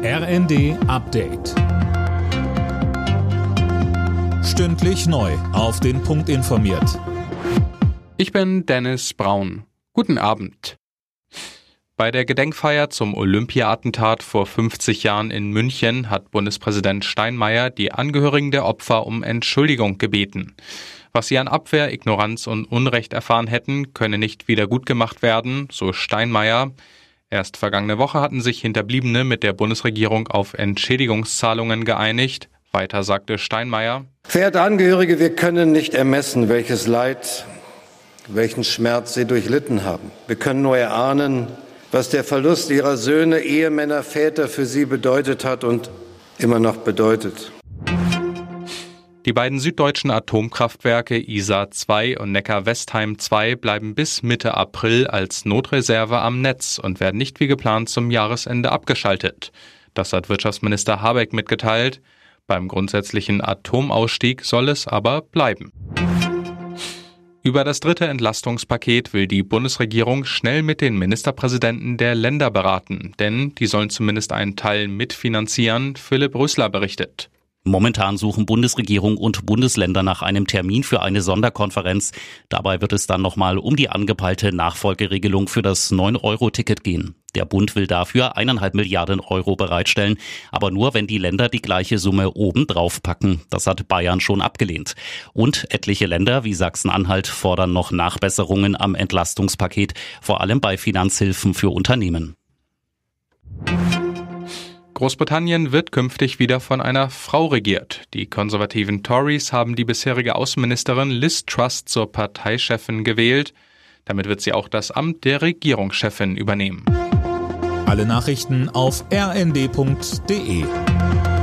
RND Update. Stündlich neu auf den Punkt informiert. Ich bin Dennis Braun. Guten Abend. Bei der Gedenkfeier zum Olympia-Attentat vor 50 Jahren in München hat Bundespräsident Steinmeier die Angehörigen der Opfer um Entschuldigung gebeten. Was sie an Abwehr, Ignoranz und Unrecht erfahren hätten, könne nicht wieder gut gemacht werden, so Steinmeier. Erst vergangene Woche hatten sich Hinterbliebene mit der Bundesregierung auf Entschädigungszahlungen geeinigt. Weiter sagte Steinmeier: Verehrte Angehörige, wir können nicht ermessen, welches Leid, welchen Schmerz Sie durchlitten haben. Wir können nur erahnen, was der Verlust Ihrer Söhne, Ehemänner, Väter für Sie bedeutet hat und immer noch bedeutet. Die beiden süddeutschen Atomkraftwerke Isar 2 und Neckar-Westheim 2 bleiben bis Mitte April als Notreserve am Netz und werden nicht wie geplant zum Jahresende abgeschaltet. Das hat Wirtschaftsminister Habeck mitgeteilt. Beim grundsätzlichen Atomausstieg soll es aber bleiben. Über das dritte Entlastungspaket will die Bundesregierung schnell mit den Ministerpräsidenten der Länder beraten, denn die sollen zumindest einen Teil mitfinanzieren, Philipp Rösler berichtet. Momentan suchen Bundesregierung und Bundesländer nach einem Termin für eine Sonderkonferenz. Dabei wird es dann nochmal um die angepeilte Nachfolgeregelung für das 9-Euro-Ticket gehen. Der Bund will dafür 1,5 Milliarden Euro bereitstellen, aber nur, wenn die Länder die gleiche Summe obendrauf packen. Das hat Bayern schon abgelehnt. Und etliche Länder wie Sachsen-Anhalt fordern noch Nachbesserungen am Entlastungspaket, vor allem bei Finanzhilfen für Unternehmen. Großbritannien wird künftig wieder von einer Frau regiert. Die konservativen Tories haben die bisherige Außenministerin Liz Truss zur Parteichefin gewählt. Damit wird sie auch das Amt der Regierungschefin übernehmen. Alle Nachrichten auf rnd.de.